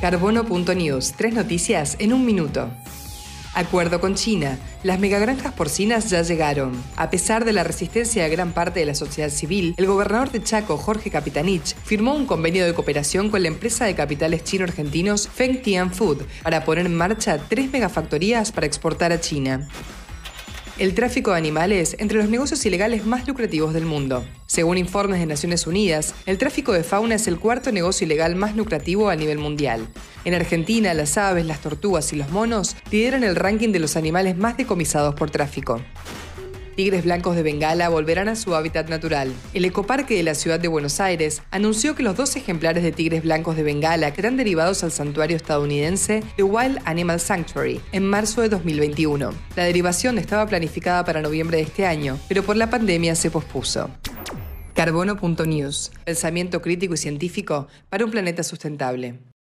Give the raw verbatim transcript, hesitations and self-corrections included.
Carbono punto news, tres noticias en un minuto. Acuerdo con China. Las megagranjas porcinas ya llegaron. A pesar de la resistencia de gran parte de la sociedad civil, el gobernador de Chaco, Jorge Capitanich, firmó un convenio de cooperación con la empresa de capitales chino-argentinos Feng Tian Food para poner en marcha tres megafactorías para exportar a China. El tráfico de animales entre los negocios ilegales más lucrativos del mundo. Según informes de Naciones Unidas, el tráfico de fauna es el cuarto negocio ilegal más lucrativo a nivel mundial. En Argentina, las aves, las tortugas y los monos lideran el ranking de los animales más decomisados por tráfico. Tigres blancos de Bengala volverán a su hábitat natural. El ecoparque de la ciudad de Buenos Aires anunció que los dos ejemplares de tigres blancos de Bengala quedarán derivados al santuario estadounidense The Wild Animal Sanctuary en marzo de dos mil veintiuno. La derivación estaba planificada para noviembre de este año, pero por la pandemia se pospuso. Carbono punto news. Pensamiento crítico y científico para un planeta sustentable.